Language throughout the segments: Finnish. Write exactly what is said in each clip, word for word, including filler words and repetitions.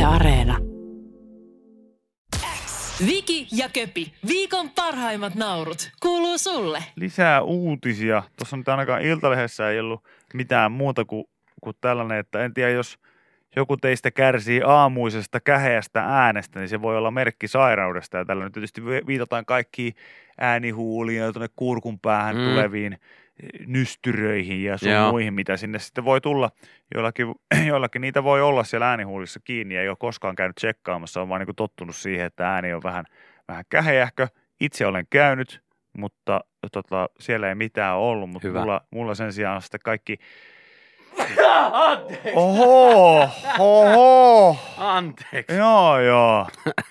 Areena. Viki ja Köpi, viikon parhaimmat naurut, kuuluu sulle. Lisää uutisia. Tuossa nyt ainakaan Iltalehdessä ei ollut mitään muuta kuin, kuin tällainen, että en tiedä, jos joku teistä kärsii aamuisesta käheästä äänestä, niin se voi olla merkki sairaudesta. Ja tällä nyt tietysti viitataan kaikkiin äänihuuliin ja tuonne kurkun päähän mm. tuleviin nystyröihin ja sun Joo. muihin, mitä sinne sitten voi tulla. Joillakin, joillakin niitä voi olla siellä äänihuulissa kiinni ja ei ole koskaan käynyt tsekkaamassa, on vaan niin kuin tottunut siihen, että ääni on vähän, vähän käheähkö. Itse olen käynyt, mutta tota, siellä ei mitään ollut, mutta mulla, mulla sen sijaan sitten kaikki... Anteeksi! Oho, oho. Anteeksi. Joo, joo.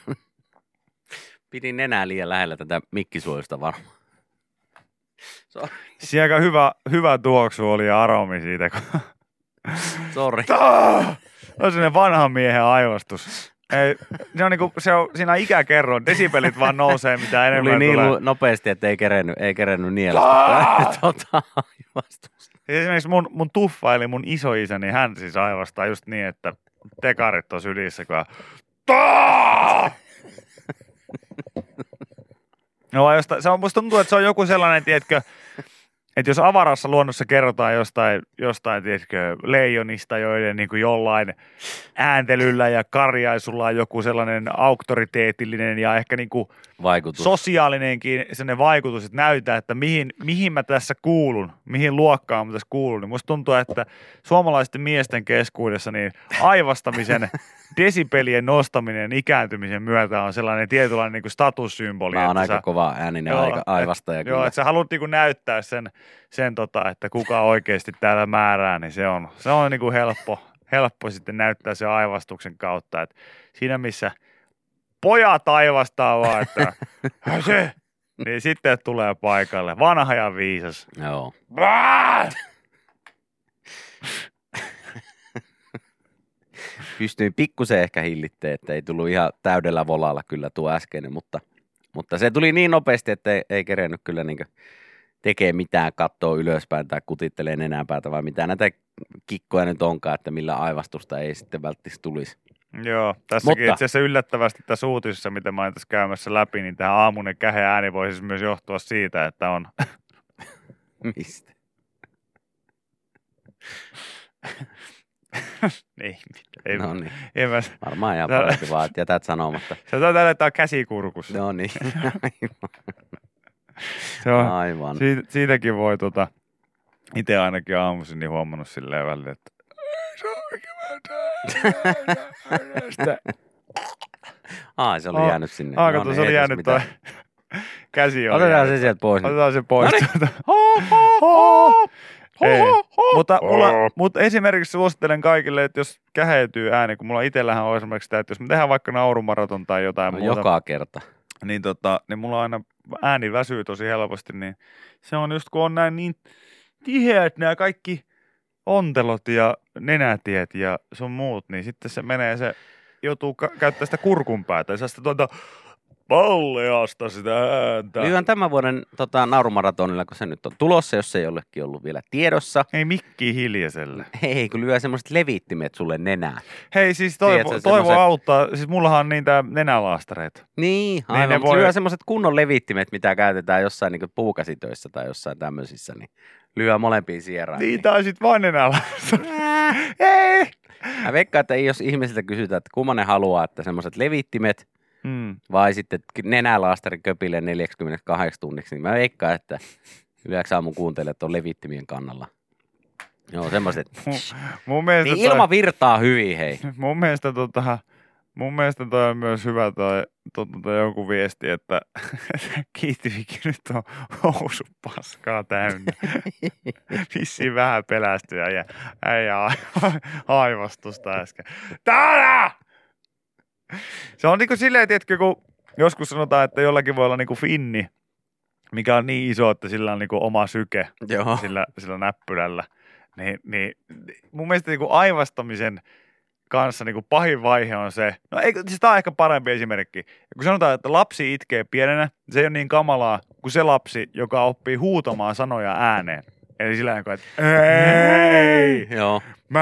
Pidin nenää liian lähellä tätä mikkisuojusta varmaan. Sorry. Siinä aika hyvä, hyvä tuoksu oli ja aromi siitä. Kun... Sori. On sellainen vanhan miehen aivastus. Ei, se on niinku, se on, siinä on ikäkerron, desibelit vaan nousee mitä enemmän tuli niin tulee. nopeasti, että ei kerennyt, ei kerennyt nielestä tota aivastusta. Esimerkiksi mun, mun tuffa, eli mun isoisä, niin hän siis aivastaa just niin, että tekarit on sylissä, kun no, josta, se on, musta tuntuu, että se on joku sellainen, tiedätkö, että jos avarassa luonnossa kerrotaan jostain, jostain tiedätkö, leijonista, joiden niin kuin jollain ääntelyllä ja karjaisulla on joku sellainen auktoriteetillinen ja ehkä niin kuin vaikutus. Sosiaalinenkin sellainen vaikutus, että näyttää, että mihin, mihin mä tässä kuulun, mihin luokkaan mä tässä kuulun. Niin musta tuntuu, että suomalaisten miesten keskuudessa niin aivastamisen desibelien nostaminen ikääntymisen myötä on sellainen tietynlainen niin kuin statussymboli. Mä oon aika sä, kova ääninen joo, aivastaja. Et, joo, että sä haluat niin kuin näyttää sen, sen tota, että kuka oikeasti täällä määrää, niin se on, se on niin kuin helppo, helppo sitten näyttää sen aivastuksen kautta. Et siinä missä pojat aivastaa vaan, että se, niin sitten tulee paikalle. Vanha ja viisas. Joo. Pystyin pikkusen ehkä hillitteen, että ei tullut ihan täydellä volalla kyllä tuo äskeinen, mutta, mutta se tuli niin nopeasti, että ei, ei kerennyt kyllä niin tekee mitään, kattoo ylöspäin tai kutittelee nenänpäätä, vai mitä näitä kikkoja nyt onkaan, että millä aivastusta ei sitten välttämättä tulisi. Joo, tässäkin itse asiassa yllättävästi tässä uutisessa, mitä mä oon tässä käymässä läpi, niin tämä aamunen käheä ääni voi siis myös johtua siitä, että on... Mistä? ei, ei, no niin, en mä... varmaan ihan parempi vaan, että jätät sanomatta. Se on tällä, että on käsikurkus. No niin, se on, aivan. Siitä, siitäkin voi tota, itse ainakin aamuisin niin huomannut silleen välillä, että Ai, se oli oh, jäänyt sinne. Ah, kato, no, se oli jäänyt toi käsi. Otetaan se sieltä pois. Otetaan se pois. No mutta, mulla, mutta esimerkiksi suosittelen kaikille, että jos käheytyy ääni, kun mulla itsellähän on esimerkiksi sitä, että jos me tehdään vaikka naurumaraton tai jotain no, muuta. Joka kerta. Niin, tota, niin mulla aina ääni väsyy tosi helposti, niin se on just kun on näin niin tiheät nämä kaikki ontelot ja nenätiet ja sun muut, niin sitten se menee, se joutuu ka- käyttämään sitä kurkunpäätä ja sitä tuota palleasta sitä ääntä. Lyhyen tämän vuoden tota, naurumaratonilla, kun se nyt on tulossa, jos se ei jollekin ollut vielä tiedossa. Ei mikki hiljaiselle. Hei, kun lyö semmoiset levittimet sulle nenään. Hei, siis toivo, Tiedätkö, toivo semmoset... auttaa. Siis mullahan on niitä nenälaastareita. Niin, aivan, niin voi... lyö semmoiset kunnon levittimet, mitä käytetään jossain niin puukäsitöissä tai jossain tämmöisissä, niin lyö molempiin sieraan. Niin, tai sit vain nenälaastareita. Ei! Mä veikkaan, että jos ihmisiltä kysytään, että kummanen haluaa, että semmoiset levittimet, Hmm. vai sitten nenälaastari köpille neljäkymmentäkahdeksan tunniksi, niin mä veikkaan, että yleensä aamun kuuntelijat on levittimien kannalla. Joo, semmoiset. Mun mielestä niin ilma virtaa hyvin, hei. Mun mielestä, tota, mun mielestä toi on myös hyvä toi, toi, toi joku viesti, että Kiittivikin nyt on housu paskaa täynnä. Vissiin vähän pelästyä ja äijä aivastusta äsken. Täällä! Se on niinku silleen, tiedätkö, kun joskus sanotaan, että jollakin voi olla niinku finni, mikä on niin iso, että sillä on niinku oma syke sillä, sillä näppyrällä. Niin, niin mun mielestä niinku aivastamisen kanssa niinku pahin vaihe on se, no ei, siis tää on ehkä parempi esimerkki. Ja kun sanotaan, että lapsi itkee pienenä, se ei ole niin kamalaa kuin se lapsi, joka oppii huutamaan sanoja ääneen. Eli sillä tavalla, että ei, Joo.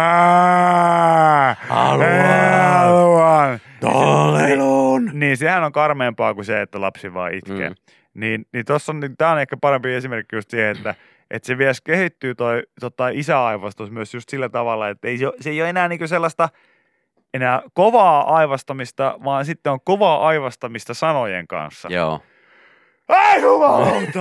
mä haluan. Tolelun. Niin, sehän on karmeampaa kuin se, että lapsi vaan itkee. Mm. Niin, niin tossa on, niin tää on ehkä parempi esimerkki just siihen, että että se vielä kehittyy toi tota, isäaivastus myös just sillä tavalla, että ei, se ei ole enää niinku sellaista enää kovaa aivastamista, vaan sitten on kovaa aivastamista sanojen kanssa. Joo. Ai jumalauta!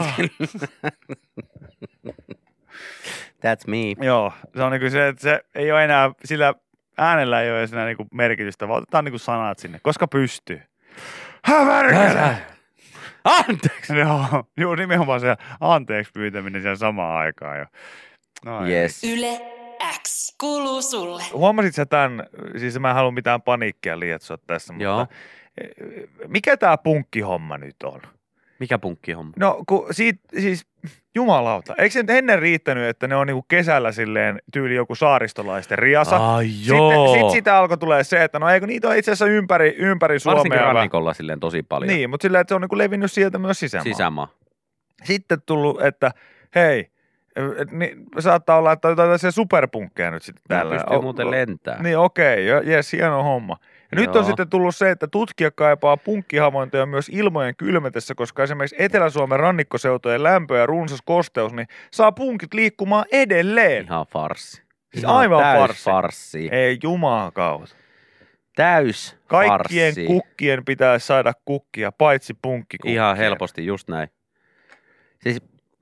That's me. Joo, se on niinku se, että se ei ole enää, sillä äänellä ei ole enää niinku merkitystä, vaan otetaan niinku sanat sinne, koska pystyy. Hämärkälä! Anteeksi! Joo, joo, nimenomaan se anteeksi pyytäminen siellä samaan aikaan jo. No, yes. Yle X kuuluu sulle. Huomasit sä tämän, siis mä en halua mitään paniikkia lietsoa tässä, Joo. mutta mikä tää punkkihomma nyt on? Mikä punkkihomma? No kun siitä, siis jumalauta, eikö se nyt ennen riittänyt, että ne on niinku kesällä silleen tyyli joku saaristolaisten riasa? Ai joo. Sitten sit sitä alkoi tulee se, että no eikö niitä ole itse asiassa ympäri, ympäri Suomea. Varsinkin rannikolla silleen tosi paljon. Niin, mutta silleen, että se on niinku levinnyt sieltä myös sisämaa. Sisämaa. Sitten tullut, että hei, et, niin, saattaa olla, että jotain tällaisia superpunkkeja nyt sitten Täällä täällä. pystyy muuten lentää. Niin okei, okay, jes, hieno homma. Ja nyt on sitten tullut se, että tutkija kaipaa punkkihavaintoja myös ilmojen kylmetessä, koska esimerkiksi Etelä-Suomen rannikkoseutojen lämpö ja runsas kosteus, niin saa punkit liikkumaan edelleen. Ihan farssi. Siis Ihan aivan täys farssi. farssi. Ei jumalakautta. Täys Kaikkien farssi. kukkien pitäisi saada kukkia, paitsi punkkikukkien. Ihan helposti, just näin. Siis,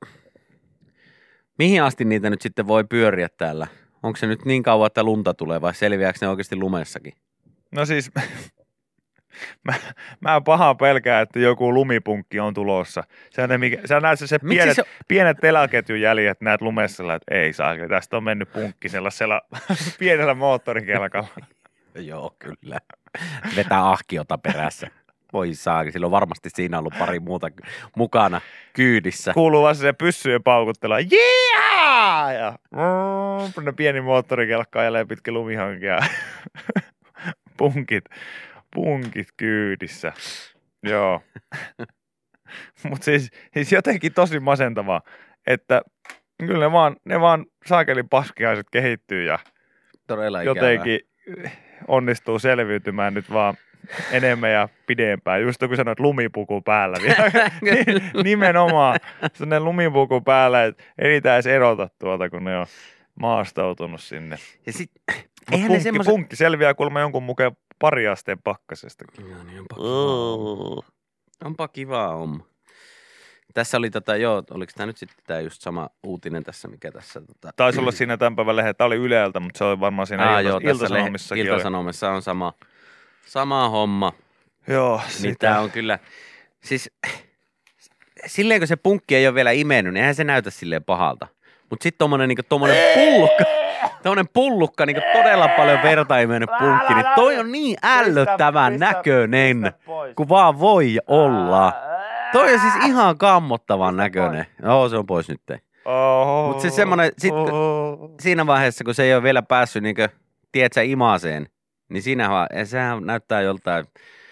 mihin asti niitä nyt sitten voi pyöriä täällä? Onko se nyt niin kauan, että lunta tulee vai selviääkö ne oikeasti lumessakin? No siis, mä, mä pahaan pelkään, että joku lumipunkki on tulossa. Se on mikä, sä näet se, se pienet, se... pienet telaketjun jäljet näet lumessa, että ei saa, tästä on mennyt punkki sellaisella pienellä moottorikelkalla. Joo, kyllä. Vetää ahkiota perässä. Voi saa, sillä on varmasti siinä ollut pari muuta mukana kyydissä. Kuuluu vaan se pyssyjen paukuttelua, yeah! Ja mm, pieni moottorikelkka ajelee pitkä lumihanki ja punkit, punkit kyydissä. Joo. Mutta siis, siis jotenkin tosi masentavaa, että kyllä ne vaan, ne vaan saakelin paskiaiset kehittyy ja Todella ikävää. jotenkin onnistuu selviytymään nyt vaan enemmän ja pidempään. Just kun sanoit lumipuku päällä vielä. Nimenomaan sellainen lumipuku päällä, että ei niitä edes erota tuolta, kun ne on maastautunut sinne. Ja sit, Mutta punkki, semmoset... punkki selviää kuulemma jonkun mukaan pari asteen pakkasestakin. No niin, onpa kivaa. Onpa kivaa homma. Tässä oli tota, joo, oliko tämä nyt sitten tämä just sama uutinen tässä, mikä tässä... Tota... Taisi olla siinä tämän päivän lehden, tämä oli Yleltä, mutta se oli varmaan siinä Aa, ilta, joo, Ilta-Sanomissakin. Ilta-Sanomissa on sama, sama homma. Joo, niin sitä. Tämä on kyllä, siis silleen kun se punkki ei ole vielä imennyt, niin eihän se näytä silleen pahalta. Mutta sitten tommonen, niinku, tommonen pullukka, tommonen pullukka, niinku todella paljon verta imennyt punkki, niin toi on niin ällöttävän näköinen, kun vaan voi olla. Toi on siis ihan kammottavan näköinen. Joo, se on pois nyt. Oh, Mutta siis semmonen, sit, oh. siinä vaiheessa, kun se ei ole vielä päässyt, niin kuin, tiedätkö, imaseen, niin siinä vaan, sehän näyttää joltain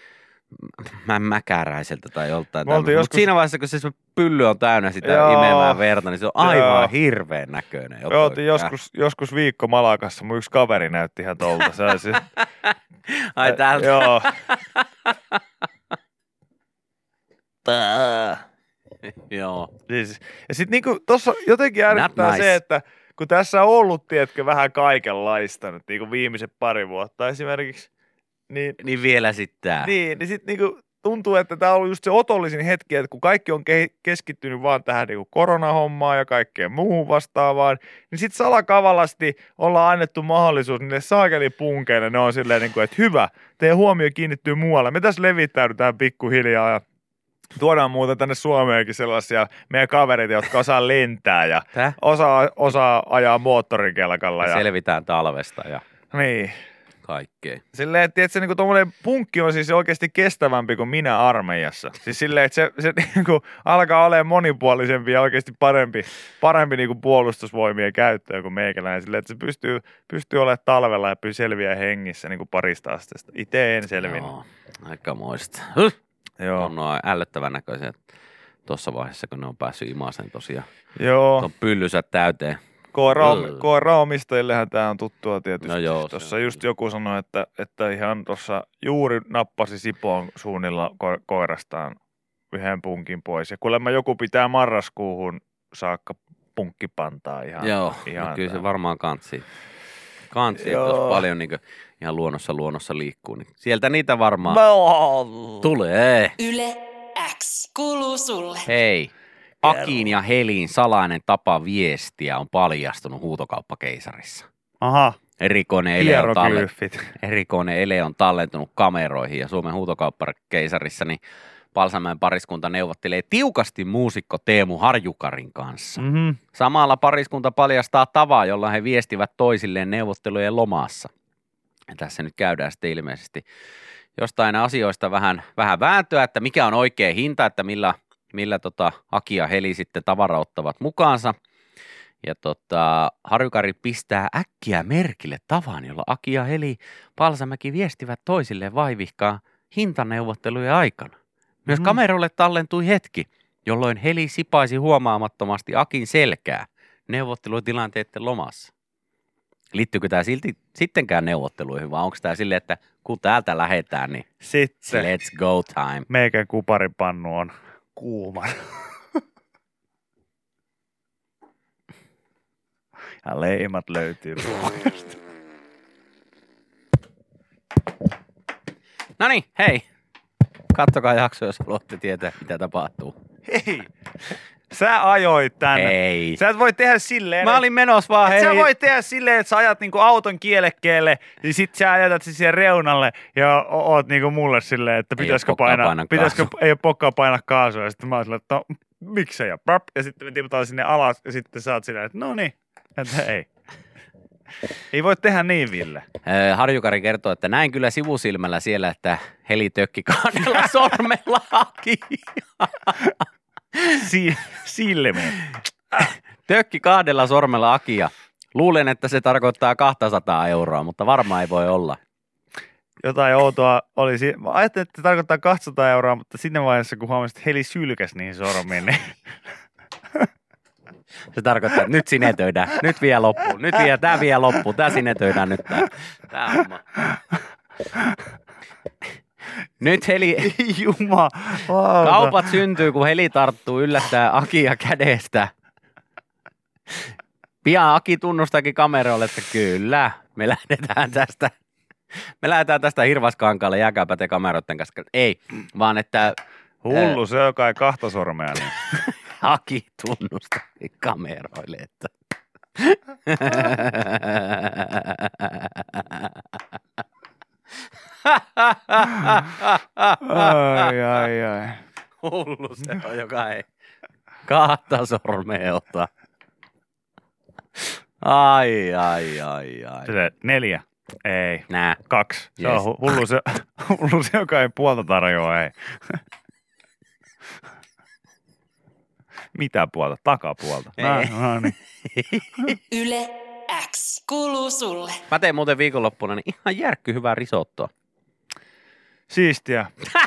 mä mäkäräiseltä tai joltain. Mutta joskus... siinä vaiheessa, kun se pylly on täynnä sitä Joo. imemään verta, niin se on aivan Joo. hirveän näköinen. Me oltiin joskus, joskus viikko Malakassa, mun yksi kaveri näytti ihan tolta. Se se... Ai täältä. Joo. Joo. Siis, ja sit niinku tossa jotenkin ärsyttää nice. Se, että kun tässä on ollut, tiedätkö, vähän kaikenlaista nyt niinku viimeiset pari vuotta esimerkiksi. Niin, niin vielä sitten tää. Niin, niin sit niinku tuntuu, että tää on ollut just se otollisin hetki, että kun kaikki on ke- keskittynyt vaan tähän niinku koronahommaan ja kaikkeen muuhun vastaavaan, niin sit salakavallasti ollaan annettu mahdollisuus niille saakelipunkeille. Ne on silleen niinku, että hyvä, teidän huomio kiinnittyy muualle. Me tässä levittäydytään pikkuhiljaa ja tuodaan muuten tänne Suomeenkin sellaisia meidän kavereita, jotka osaa lentää ja osaa, osaa ajaa moottorikelkalla. Ja, ja selvitään talvesta ja niin. Kaikkea. Silleen, että tiedätkö, niin tuommoinen punkki on siis oikeasti kestävämpi kuin minä armeijassa. Siis silleen, että se, se niin kuin, alkaa olemaan monipuolisempi ja oikeasti parempi, parempi niin kuin puolustusvoimien käyttöön kuin meikäläinen. Silleen, että se pystyy, pystyy olemaan talvella ja pystyy selviä hengissä niin kuin parista asteesta. Itse en selvinnyt. Joo, aika moista. Joo. On noin ällöttävän näköisiä tuossa vaiheessa, kun ne on päässyt imaseen tosiaan. Joo. Tuon pyllysät täyteen. Koira- koiraomistajillehän tämä on tuttua tietysti. No joo, tuossa on just kyllä. joku sanoi, että, että ihan tuossa juuri nappasi Sipoon suunnilla ko- koirastaan yhden punkin pois. Ja kuulemma joku pitää marraskuuhun saakka punkkipantaa ihan. Joo, ihan no kyllä se tää. varmaan kansi. Kansi, että Joo. jos paljon niin ihan luonnossa luonnossa liikkuu, niin sieltä niitä varmaan Mä- tulee. Yle X kuuluu sulle. Hei, Akin ja Helin salainen tapa viestiä on paljastunut Huutokauppakeisarissa. Aha, Erikoinen ele, on talle, hieroglyfit. erikoinen ele on tallentunut kameroihin ja Suomen Huutokauppakeisarissa niin Palsamäen pariskunta neuvottelee tiukasti muusikko Teemu Harjukarin kanssa. Mm-hmm. Samalla pariskunta paljastaa tavaa, jolla he viestivät toisilleen neuvottelujen lomassa. Ja tässä nyt käydään sitten ilmeisesti jostain asioista vähän, vähän vääntöä, että mikä on oikea hinta, että millä, millä tota Aki ja Heli sitten tavara ottavat mukaansa. Ja tota, Harjukari pistää äkkiä merkille tavan, jolla Aki ja Heli Palsamäki viestivät toisilleen vaivihkaa hintaneuvottelujen aikana. Myös Mhm. kameroille tallentui hetki, jolloin Heli sipaisi huomaamattomasti Akin selkää neuvottelutilanteiden lomassa. Liittyykö tämä silti sittenkään neuvotteluihin, vai onko tämä silleen, että kun täältä lähdetään, niin Sitten let's go time. meikän kuparipannu on kuuma. Ja leimat löytyy. No niin, hei. Kattokaa jakso, jos haluatte tietää, mitä tapahtuu. Hei, sä ajoit tänne. Ei. Sä et voi tehdä silleen. Mä olin menossa vaan, et hei. sä voi tehdä silleen, että sä ajat niinku auton kielekkeelle, ja sit sä ajatat sen siihen reunalle, ja o- oot niinku mulle silleen, että Ei pitäisikö oo pokkaa painaa, painaa pitäisikö, kaasua. ei oo pokkaa painaa kaasua, ja sitten mä oon silleen, että no, miksei, ja prap, ja sitten me tiputaan sinne alas, ja sitten sä oot silleen, että no niin, että ei. Ei voi tehdä niin, Ville. Ö, Harjukari kertoo, että näin kyllä sivusilmällä siellä, että Heli tökki kahdella sormella Aki. Si- silmiin. Tökki kahdella sormella Akia. Luulen, että se tarkoittaa kaksisataa euroa, mutta varmaan ei voi olla. Jotain outoa oli. Si- mä ajattelin, että se tarkoittaa kaksisataa euroa, mutta siinä vaiheessa, kun huomasin, että Heli sylkäsi niihin sormiin, niin Se tarkoittaa, että nyt sinetöidään, nyt vie loppuun, nyt vie, tää vie loppuun, tää sinetöidään nyt tää, tää homma. Nyt Heli, Jumala. kaupat syntyy, kun Heli tarttuu yllättää Akia kädestä. Pian Aki tunnustakin kameroille, että kyllä, me lähdetään tästä, me lähdetään tästä Hirvaskankaalle, jääkääpä te kameroiden kanssa. Ei, vaan että Hullu se, joka ei kahta sormea. Niin. Aki tunnustakin kameroille, että Ai, ai, ai. hullu se on, joka ei kahta sormea ota. Ai, ai, ai, ai. Se neljä. Ei. Nää. Kaksi. Se Yes. on hu- hullu se, hullu se, joka ei puolta tarjoa, ei. Mitä puolta? Takapuolta. No, Ei. no niin. Yle X kuuluu sulle. Mä tein muuten viikonloppuna niin ihan järkky hyvää risottoa. Siistiä.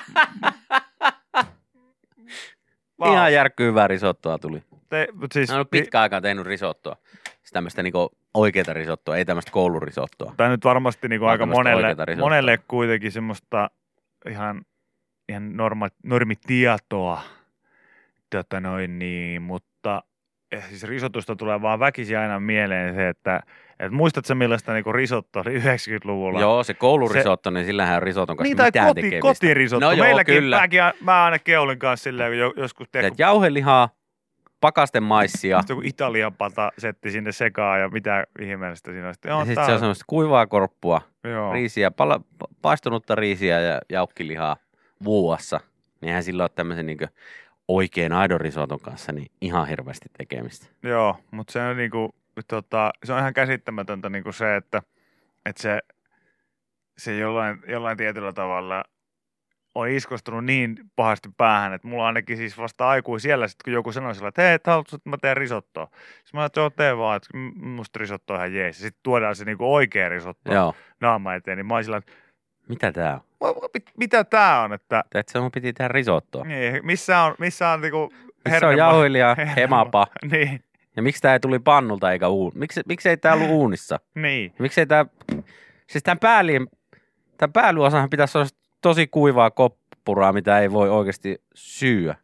Wow. Ihan järkky hyvää risottoa tuli. Te, mut siis, Mä en ole pitkään aikaa tehnyt risottoa. Siis tämmöistä niinku oikeeta risottoa, ei tämmöistä koulurisottoa. Tämä nyt varmasti niinku Vaan aika tämmöistä monelle, oikeata risottoa. monelle kuitenkin semmoista ihan, ihan norma, normitietoa, tota noin niin, mutta eh, siis risotusta tulee vaan väkisin aina mieleen se, että et muistatko millaista niinku risotto oli yhdeksänkymmentäluvulla? Joo, se koulurisotto, niin sillähän on risoton kanssa Niin, tai mitään koti, tekemistä. kotirisotto. No joo, Meilläkin, kyllä. mäkin, mä aina keulin kanssa silleen, kun jo- joskus tein, Et jauhelihaa, pakasten maissia, joku Italian pata setti sinne sekaan ja mitä ihmeellistä siinä on. Sitten, joo, ja sitten tää se on semmoista kuivaa korppua, joo. riisiä, pala, pa- paistunutta riisiä ja jaukkilihaa vuoassa. Niin eihän sillä ole tämmöisen niin oikein aidon risoton kanssa niin ihan hirveästi tekemistä. Joo, mutta se on niinku, tota, se on ihan käsittämätöntä niinku se, että, että se, se jollain, jollain tietyllä tavalla on iskostunut niin pahasti päähän, että mulla ainakin siis vasta aikuisiellä, sit kun joku sanoi sillä, että hei, et haluatko, että mä teen risottoa. Sitten mä että joo, tee vaan, että m- musta risotto on ihan jees. Sitten tuodaan se niinku oikea risotto Joo. naama eteen, niin mä oon sillä, että Mitä tää on? "What- what- mit- mitä tää on, että Et se mun piti tehdä risottoa. niin, missä on, missä on niinku Se on jauhelia, hemapa. Niin, Ja miksi tää ei tuli pannulta eikä uun? Miksi, miksi ei tää ollut uunissa? niin. Miksi ei tää... Siis tämän päälin... Tämän päälyosahan pitäisi olla tosi kuivaa koppuraa, mitä ei voi oikeasti syödä.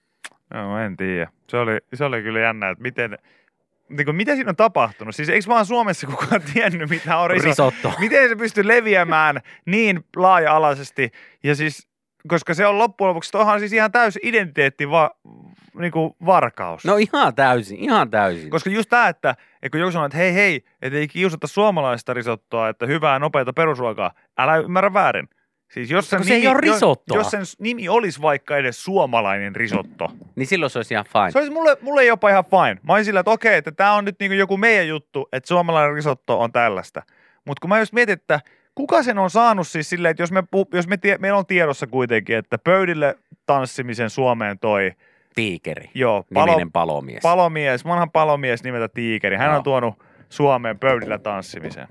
No en tiedä. Se oli, se oli kyllä jännä, että miten... Niin kuin, mitä siinä on tapahtunut? Siis eikö vaan Suomessa kukaan tiennyt, mitä on risotto? Risotto. Miten se pystyy leviämään niin laaja-alaisesti? Ja siis, koska se on loppujen lopuksi, toihan siis ihan täysi identiteetti va, niin kuin varkaus. No ihan täysin, ihan täysin. Koska just tämä, että, että kun joku sanoo, että hei hei, että ei kiusata suomalaista risottoa, että hyvää nopeata perusruokaa, älä ymmärrä väärin. Siis jos sen, No se nimi, ei ole risottoa. jos, jos sen nimi olisi vaikka edes suomalainen risotto, Niin silloin se olisi ihan fine. se olisi mulle, mulle jopa ihan fine. Mä olisin sillä, että okei, että tämä on nyt niinku joku meidän juttu, että suomalainen risotto on tällaista. Mutta kun mä just mietin, että kuka sen on saanut siis silleen, että jos, me, jos me tie, meillä on tiedossa kuitenkin, että pöydille tanssimisen Suomeen toi Tiikeri. joo, palo, Niminen palomies. palomies, vanha palomies nimeltä Tiikeri. Hän Joo. on tuonut Suomeen pöydillä tanssimisen.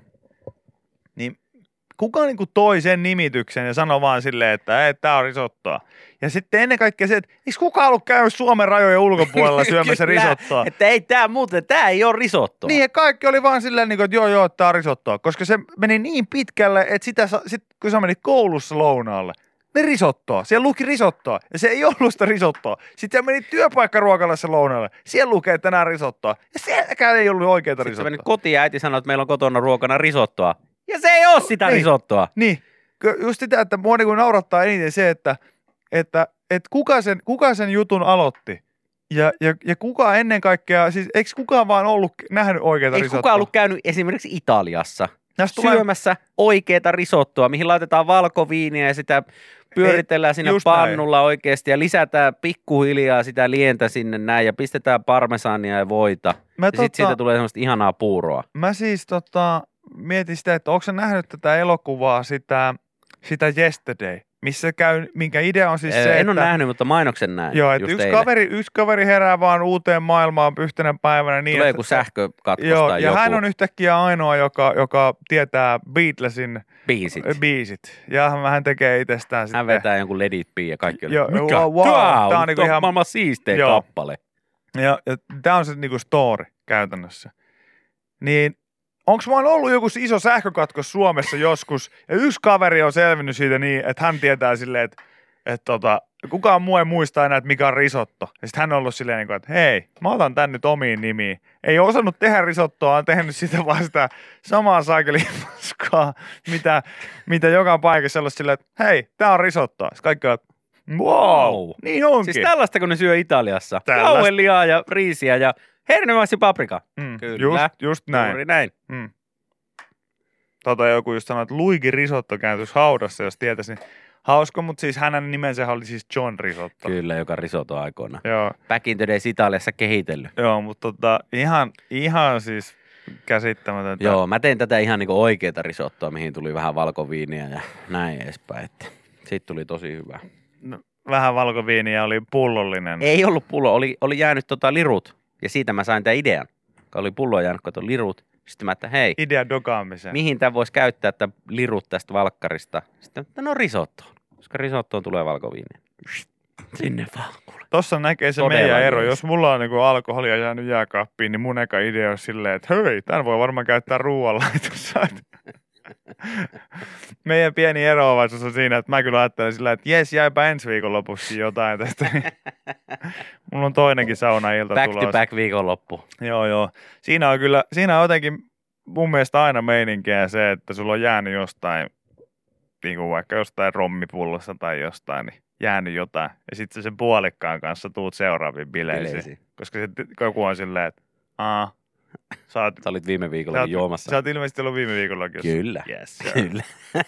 Niin kuka niinku toi sen nimityksen ja sanoi vaan silleen, että ei, tää on risottoa. Ja sitten ennen kaikkea se, että eikö kukaan ollut käynyt Suomen rajojen ulkopuolella syömässä Kyllä, risottoa? Että ei tää muuten, tää ei ole risottoa. Niin, ja kaikki oli vaan silleen, niin kuin, että joo, joo, tää on risottoa. Koska se meni niin pitkälle, että sitä, sa- sit, kun sä menit koulussa lounaalle, ne risottoa. Siellä luki risottoa, ja se ei ollut sitä risottoa. Sitten sä menit työpaikkaruokalassa lounaalle, siellä lukee tänään risottoa, ja sielläkään ei ollut oikeita Sitten sä risottoa. menit kotiin ja äiti sanoi, että meillä on kotona ruokana risottoa. Ja se ei ole sitä Niin. risottoa. Niin, ky- just sitä, että mua niin kuin naurattaa eniten se, että, että, että kuka, sen, kuka sen jutun aloitti. Ja, ja, ja kuka ennen kaikkea, siis eikö kukaan vaan ollut nähnyt oikeita Eikö risottoa? kukaan ollut käynyt esimerkiksi Italiassa Tästä tulee- syömässä oikeita risottoa, mihin laitetaan valkoviiniä ja sitä pyöritellään siinä just näin. pannulla oikeasti ja lisätään pikkuhiljaa sitä lientä sinne näin ja pistetään parmesania ja voita. Mä, Ja sitten tota- siitä tulee semmoista ihanaa puuroa. Mä siis tota, mietin sitä, että onko sä nähnyt tätä elokuvaa, sitä, sitä Yesterday, missä käy, minkä idea on siis Ee, se, en että... ole nähnyt, mutta mainoksen näin. Joo, että just yksi eilen. kaveri, yksi kaveri herää vaan uuteen maailmaan yhtenä päivänä niin, Tulee että... joku sähkökatkos Joo, tai ja joku hän on yhtäkkiä ainoa, joka, joka tietää Beatlesin biisit. biisit. Ja hän tekee itsestään Hän sitten... vetää jonkun Let It Be ja kaikki on, Joo, mikä? wow, wow, Tää tää on on niinku ihan- maailman siistein Joo. kappale. Ja, ja tämä on se niinku story käytännössä. Niin onko vaan ollut joku iso sähkökatkos Suomessa joskus, ja yksi kaveri on selvinnyt siitä niin, että hän tietää silleen, että, että tota, kukaan muu ei muista enää, että mikä on risotto. Ja sitten hän on ollut silleen, että hei, mä otan tän nyt omiin nimiin. Ei ole osannut tehdä risottoa, on tehnyt sitä vaan sitä samaa saakelimaskaa, mitä, mitä joka paikassa ollut silleen, että hei, tää on risottoa. Sitten kaikki on, wow, Wow. niin onkin. Siis tällaista, kun ne syö Italiassa. Tällaista. Jauhelihaa ja riisiä ja hernemäisi paprika. mm, Kyllä. Just, just näin. Juuri näin. Mm. Tota joku just sanoi, että Luigi Risotto kääntyisi haudassa, jos tietäisi. Niin hauska, mutta siis hänen nimensä oli siis John Risotto. Kyllä, joka risotto aikoina. Joo, Back in the days Italiassa kehitellyt. joo, mutta tota, ihan, ihan siis käsittämätöntä. Joo, mä tein tätä ihan niinku oikeeta risottoa, mihin tuli vähän valkoviiniä ja näin edespäin. Että siitä tuli tosi hyvä. No, vähän valkoviiniä oli pullollinen. Ei ollut pullo, oli, oli jäänyt tota lirut. Ja siitä mä sain tämän idean. Kun oli pullo jäänyt, kato lirut. Sitten mä, että hei, Idea dokaamiseen. mihin tämä voisi käyttää, että lirut tästä valkkarista? Sitten, että no risottoon, koska risottoon tulee valkoviiniä. Sinne vaan, kuule. Tossa näkee se Todella meidän ero. jees. Jos mulla on niinku alkoholia jäänyt jääkaappiin, niin mun eka idea on silleen, että hei, tämän voi varmaan käyttää ruoanlaitossa. Meidän pieni eroavaisuus on siinä, että mä kyllä ajattelen sillä, että jes, jäipä ensi viikon lopussa jotain tästä. Mulla on toinenkin saunailta Back tulossa. to back viikonloppu. Joo, joo. Siinä on kyllä, siinä on jotenkin mun mielestä aina meininkiä se, että sulla on jäänyt jostain, niin kuin vaikka jostain rommipullossa tai jostain, niin jäänyt jotain. Ja sitten sen puolikkaan kanssa tuut seuraaviin bileisiin. Bileisiin. Koska se, joku on silleen, että aa, sä oot, Sä olit viime sä viikolla oot, juomassa. sä oot ilmeisesti ollut viime viikollakin. Kyllä. Yes, sir. Kyllä.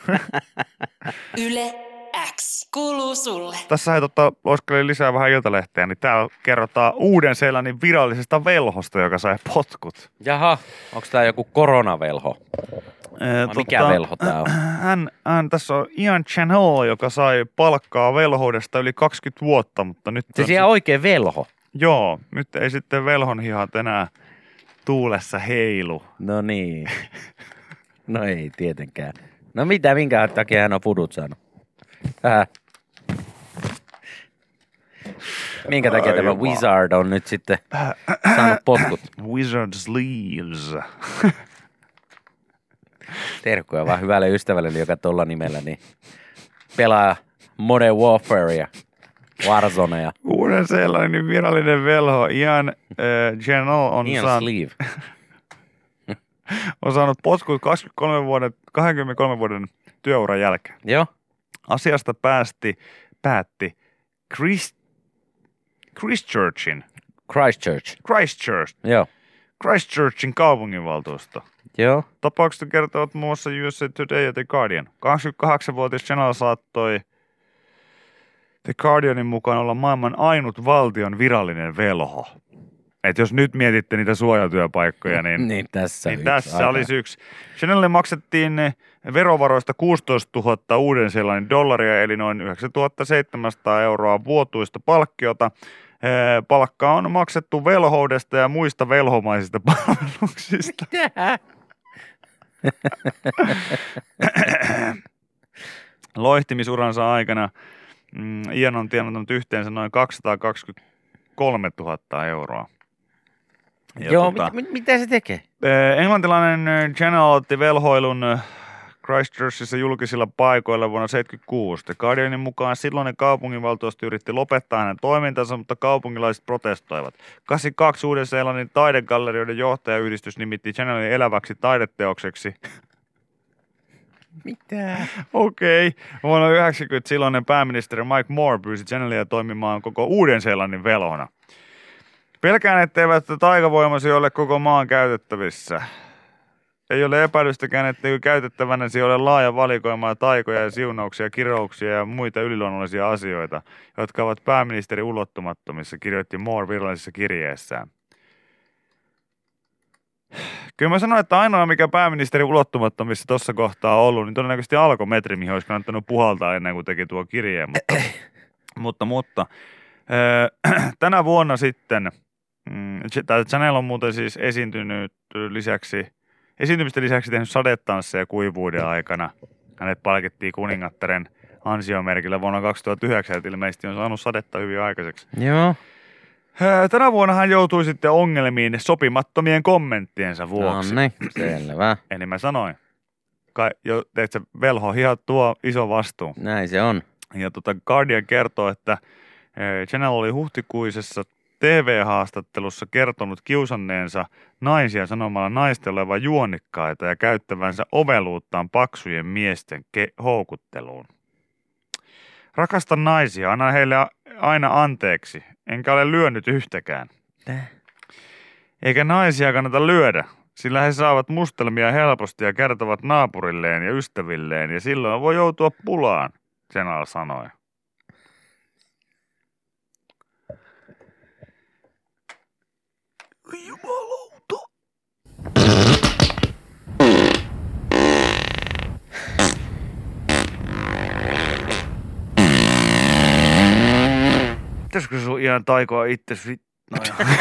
Yle X kuuluu sulle. Tässä hei, tota, lueskelin lisää vähän Iltalehteä, niin täällä kerrotaan Uuden-Seelannin virallisesta velhosta, joka sai potkut. Jaha, onko tää joku koronavelho? Ee, Vai mikä velho tää on? Hän, hän, tässä on Ian Channel, joka sai palkkaa velhoudesta yli kaksikymmentä vuotta, mutta nyt... Se on siellä oikein velho. Joo, nyt ei sitten velhon hihat enää tuulessa heilu. No niin. No ei tietenkään. No mitä, minkä takia hän on pudut saanut? Äh. Minkä takia Ai tämä jumala. Wizard on nyt sitten saanut potkut? Wizard Sleeves. Terkkuja vaan hyvälle ystävälleni, joka tuolla nimellä niin pelaa Modern Warfarea, Warzonea. Uuden-Seelannin virallinen velho Ian äh, Genol on, Ian saanut, Sleeve. on saanut potkut kaksikymmentäkolme vuoden, kaksikymmentäkolme vuoden työuran jälkeen. Joo. Asiasta päästi, päätti Christ, Christchurchin, Christchurch. Christchurch, Joo. Christchurchin kaupunginvaltuusto. Joo. Tapauksesta kertovat muun muassa U S A Today ja The Guardian. kaksikymmentäkahdeksanvuotias Genol saattoi The Guardianin mukaan olla maailman ainut valtion virallinen velho. Et jos nyt mietitte niitä suojatyöpaikkoja, niin, Niin tässä, niin yksi tässä aika. olisi yksi. Chanelille maksettiin verovaroista kuusitoistatuhatta Uuden-Seelannin dollaria, eli noin yhdeksäntuhatta seitsemänsataa euroa vuotuista palkkiota. Palkka on maksettu velhoudesta ja muista velhomaisista palveluksista. Mitä? Loihtimisuransa aikana mm, Ian on tienannut yhteensä noin kaksisataakaksikymmentäkolmetuhatta euroa. Ja Joo, tota, mit, mit, mitä se tekee? eh, englantilainen General otti velhoilun eh, Christchurchissa julkisilla paikoilla vuonna tuhatyhdeksänsataaseitsemänkymmentäkuusi. The Guardianin mukaan silloinen kaupunginvaltuusto yritti lopettaa hänen toimintansa, mutta kaupungilaiset protestoivat. kahdeksankymmentäkaksi Uuden-Seelannin taidegallerioiden johtajayhdistys nimitti Generalin eläväksi taideteokseksi. Mitä? Okei. Okay. Vuonna yhdeksänkymmentä silloinen pääministeri Mike Moore pyysi Generalia toimimaan koko Uuden-Seelannin velhona. Pelkään, etteivät taikavoimasi ole koko maan käytettävissä. Ei ole epäilystäkään, etteikö käytettävänäsi ole laaja valikoimaa taikoja ja siunauksia, kirouksia ja muita yliluonnollisia asioita, jotka ovat pääministeri ulottumattomissa, kirjoitti Moore virallisessa kirjeessään. Kyllä mä sanoin, että ainoa mikä pääministeri ulottumattomissa tuossa kohtaa on ollut, niin todennäköisesti alkometri, mihin olisi kannattanut puhaltaa ennen kuin teki tuo kirjeen. Mutta, mutta, mutta äh, tänä vuonna sitten, mm, Chanel on muuten siis esiintynyt lisäksi, esiintymisten lisäksi tehnyt sadetansseja kuivuuden aikana. Hänet palkittiin kuningattaren ansiomerkillä vuonna kaksituhattayhdeksän, että ilmeisesti on saanut sadetta hyvin aikaiseksi. Joo. Tänä vuonna hän joutui sitten ongelmiin sopimattomien kommenttiensa vuoksi. No niin, selvä. Eli mä sanoin, kai, jo, teetkö, velho hihat tuo iso vastuu. Näin se on. Ja tota Guardian kertoo, että Chanel oli huhtikuisessa T V-haastattelussa kertonut kiusanneensa naisia sanomalla naisten olevan juonikkaita ja käyttävänsä oveluuttaan paksujen miesten ke- houkutteluun. Rakastan naisia, annan heille a- aina anteeksi, enkä ole lyönyt yhtäkään. Tää? Eikä naisia kannata lyödä, sillä he saavat mustelmia helposti ja kertovat naapurilleen ja ystävilleen, ja silloin voi joutua pulaan, Chanel sanoi. Jumalauta. Pitäisikö sun ihan taikoa itses vit... No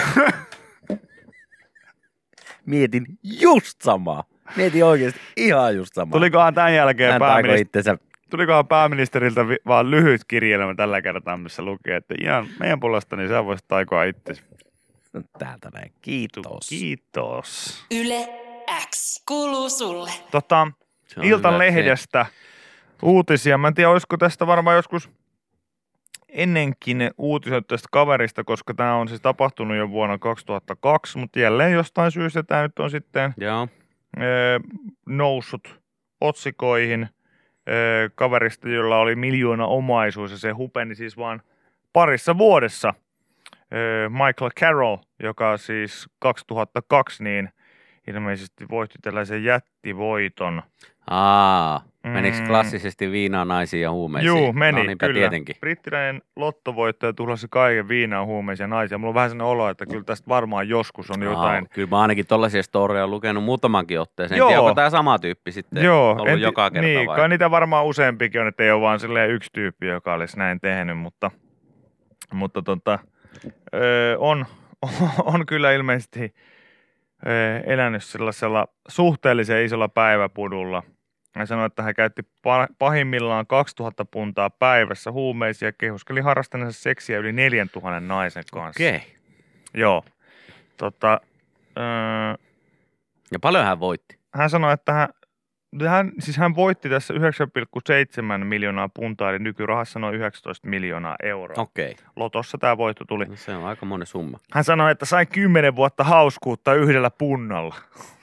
Mietin just samaa. Mietin oikeasti ihan just samaa. Tulikohan tämän jälkeen Hän taiko pääministeri... itsensä. Tulikohan pääministeriltä vi- vaan lyhyt kirjelmä tällä kertaa, missä lukee, että ihan meidän puolesta niin sä voisit taikoa itsesi. Täältä näin. Kiitos. Kiitos. Yle X kuuluu sulle. Tota, Se on hyvä Iltalehdestä uutisia. Mä en tiedä, olisiko tästä varmaan joskus ennenkin uutisoitu tästä kaverista, koska tämä on siis tapahtunut jo vuonna kaksituhattakaksi, mutta jälleen jostain syystä tämä nyt on sitten Joo. ö, noussut otsikoihin ö, kaverista, jolla oli miljoona omaisuus ja se hupeni siis vaan parissa vuodessa. Ö, Michael Carroll, joka siis kaksituhattakaksi niin ilmeisesti voitti tällaisen jättivoiton. Aa, menikö Mm. klassisesti viinaa, naisiin ja huumeisiin? Juu, meni, no, niinpä kyllä. tietenkin. Brittiläinen lottovoittaja tuhlasi kaiken viinaa, huumeisia naisia. Mulla on vähän sellainen olo, että kyllä tästä varmaan joskus on jotain. Aa, kyllä mä ainakin tollaisia storeja lukenut muutamankin otteeseen. Joo. En tiedä, onko tämä sama tyyppi sitten Joo, ollut en ti- joka kerta niin, vai? kai niitä varmaan useampikin on, että ei ole vaan silleen yksi tyyppi, joka olisi näin tehnyt, mutta, mutta tota, ö, on, on kyllä ilmeisesti ö, elänyt sellaisella suhteellisen isolla päiväpudulla. Hän sanoi, että hän käytti pahimmillaan kaksituhatta puntaa päivässä huumeisia ja kehuskeli harrastaneensa seksiä yli neljäntuhannen naisen kanssa. Okei. Okay. Joo. Tota, öö, ja paljon hän voitti? Hän sanoi, että hän, hän, siis hän voitti tässä yhdeksän pilkku seitsemän miljoonaa puntaa, eli nykyrahassa noin yhdeksäntoista miljoonaa euroa. Okei. Okay. Lotossa tämä voitto tuli. No se on aika monen summa. Hän sanoi, että sai kymmenen vuotta hauskuutta yhdellä punnalla.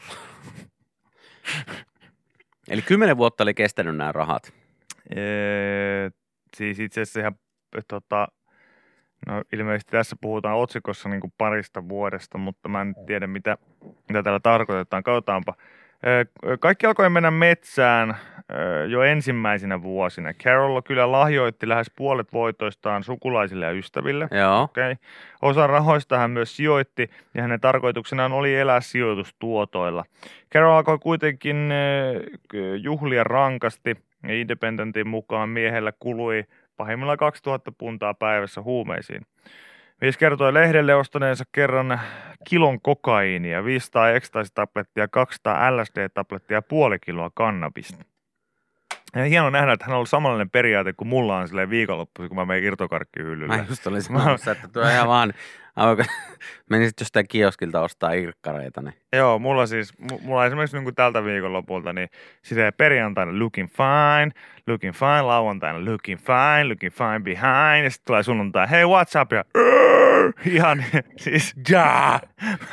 Eli kymmenen vuotta oli kestänyt nämä rahat. Eee, siis itse asiassa ihan, tota, no ilmeisesti tässä puhutaan otsikossa niin kuin parista vuodesta, mutta mä en tiedä mitä, mitä täällä tarkoitetaan. Katsotaanpa. Eee, kaikki alkoi mennä metsään eee, jo ensimmäisinä vuosina. Carroll kyllä lahjoitti lähes puolet voitoistaan sukulaisille ja ystäville. Joo. Okay. Osa rahoista hän myös sijoitti ja hänen tarkoituksenaan oli elää sijoitustuotoilla. Carroll alkoi kuitenkin eee, juhlia rankasti. Independentin mukaan miehellä kului pahimmillaan kaksituhatta puntaa päivässä huumeisiin. Mies kertoi lehdelle ostaneensa kerran kilon kokaiinia, viisisataa ekstaasitablettia, kaksisataa L S D-tablettia ja puoli kiloa kannabista. Ja hienoa nähdä, että hän on ollut samanlainen periaate kuin mulla on silleen viikonloppuisin, kun mä menen irtokarkkihyllylle. Mä just olin sanomassa, että tuo ihan vaan, menisit jostain kioskilta ostaa irkkareita. Niin. Joo, mulla siis, mulla esimerkiksi niin kuin tältä viikonlopulta, niin sitä perjantaina looking fine, looking fine, lauantaina looking fine, looking fine behind, ja sitten tulee sunnuntai, hey what's up, ja uh, ihan siis, jaa,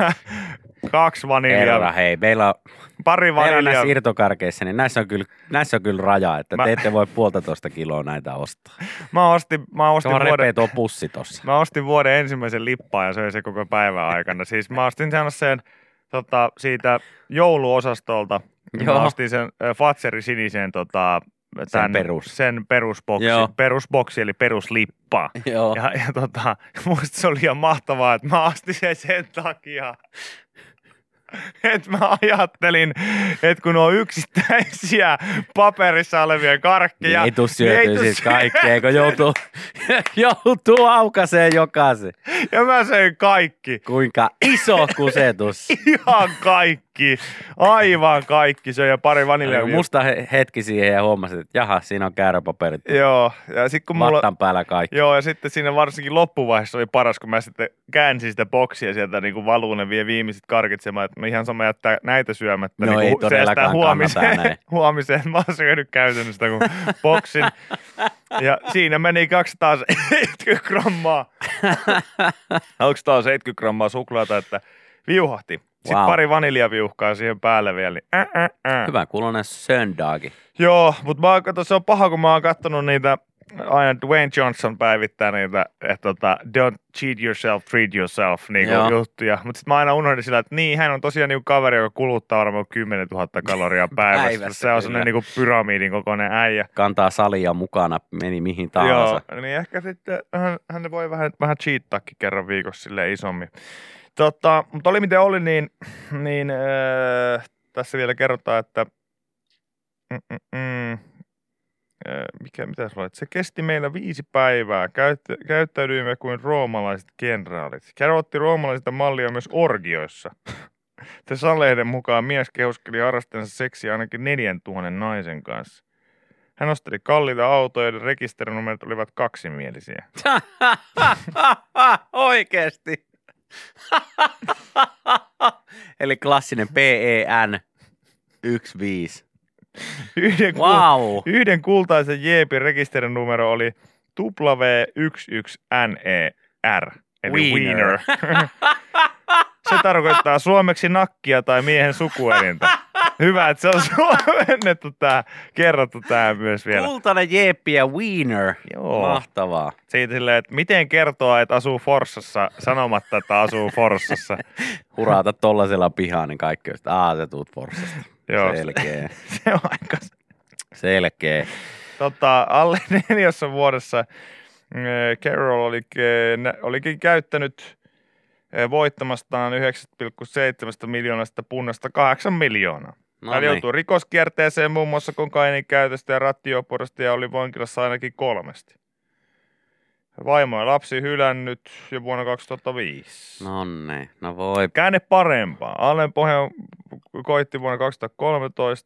kaksi vaniljaa. Herra, hei, meillä on, pari vaniljaa. Meillä on näissä irtokarkeissa, niin näissä on kyllä, näissä on kyllä raja, että mä, te ette voi puolitoista kiloa näitä ostaa. Mä ostin, mä ostin Tuo vuoden, tuo pussi tossa. Mä ostin vuoden ensimmäisen lippaa ja söin se koko päivän aikana. Siis mä ostin sen tota, siitä jouluosastolta. Mä ostin sen äh, Fatserin sinisen tota, sen, perus. sen perusboksi, perusboksi eli peruslippaa. Joo. Ja, ja tota, musta se oli ihan mahtavaa, että mä ostin sen sen takia. Että mä ajattelin, että kun on yksittäisiä paperissa olevia karkkeja. Niin ei tuu syötyä niin siis kaikkea, kun joutuu, joutuu aukaseen jokaisen. Ja mä söin kaikki. Kuinka iso kusetus. Ihan kaikki. Aivan kaikki. Se ja pari vaniljaa. Musta hetki siihen ja huomasin, että jaha, siinä on kääröpaperit. Joo. Ja sit kun mulla... Mattan päällä kaikki. Joo, ja sitten siinä varsinkin loppuvaiheessa oli paras, kun mä sitten käänsin sitä boksia sieltä niin kuin valuun vie viimeiset karkitsemaan, että no ihan sama jättää näitä syömättä. No niin ei todellakaan huomiseen, näin. huomiseen mä oon syönyt käytännössä kun boksin. Ja siinä meni kaksisataaseitsemänkymmentä grammaa. kaksisataaseitsemänkymmentä grammaa suklaata, että viuhahti. Sitten wow. Pari vaniljaviuhkaa siihen päälle vielä. Niin äh, äh, äh. Hyvä kuulonen söndagi. Joo, mutta mä katso, se on paha, kun mä oon kattonut niitä, aina Dwayne Johnson päivittää niitä, että tota, don't cheat yourself, treat yourself, niinku juttuja. Mutta sitten mä aina unohdin sillä, että niin, hän on tosiaan niinku kaveri, joka kuluttaa varmaan kymmenen tuhatta kaloria päivässä. päivässä se on sellainen niinku pyramidin kokoinen äijä. Kantaa salia mukana, meni mihin tahansa. Joo, niin ehkä sitten hän, hän voi vähän, vähän cheattaakin kerran viikossa silleen isommin. Tota, mutta oli miten oli, niin, niin äh, tässä vielä kerrotaan, että mm, mm, mm, äh, mikä, mitä sulla, se kesti meillä viisi päivää. Käyt, käyttäydyimme kuin roomalaiset kenraalit. Carroll otti roomalaisilta mallia myös orgioissa. The Sun-lehden mukaan mies kehuskeli harrastensa seksiä ainakin neljäntuhannen naisen kanssa. Hän osteli kalliita autoja, joiden rekisterinumerot olivat kaksimielisiä. Oikeesti. Eli klassinen P E N yksi viisi. Yhden, wow. kul- yhden kultaisen jeepin rekisterinumero oli W yksi yksi N E R, eli Wiener. Se tarkoittaa suomeksi nakkia tai miehen sukuelintä. Hyvä, että se on suomennettu tää, kerrottu tää myös vielä. Kultainen jeeppi ja Wiener. Joo. Mahtavaa. Siitä silleen, että miten kertoa, että asuu Forssassa, sanomatta, että asuu Forssassa. Huraata tollasella pihaa, niin kaikki on, että aah, sä tuut Forssasta. Joo, selkeä. Se on aika selkeä. Tota, alle neljässä vuodessa äh, Carroll oli, äh, olikin käyttänyt äh, voittamastaan yhdeksän pilkku seitsemän miljoonasta punnasta kahdeksan miljoonaa. No Hän niin. joutui rikoskierteeseen muun muassa kokainin käytöstä ja rattijuoppoudesta ja oli vankilassa ainakin kolmesti. Vaimo ja lapsi hylännyt jo vuonna kaksituhattaviisi. No niin, no voi. Käänne parempaa. Allen pohja koitti vuonna kaksituhattakolmetoista.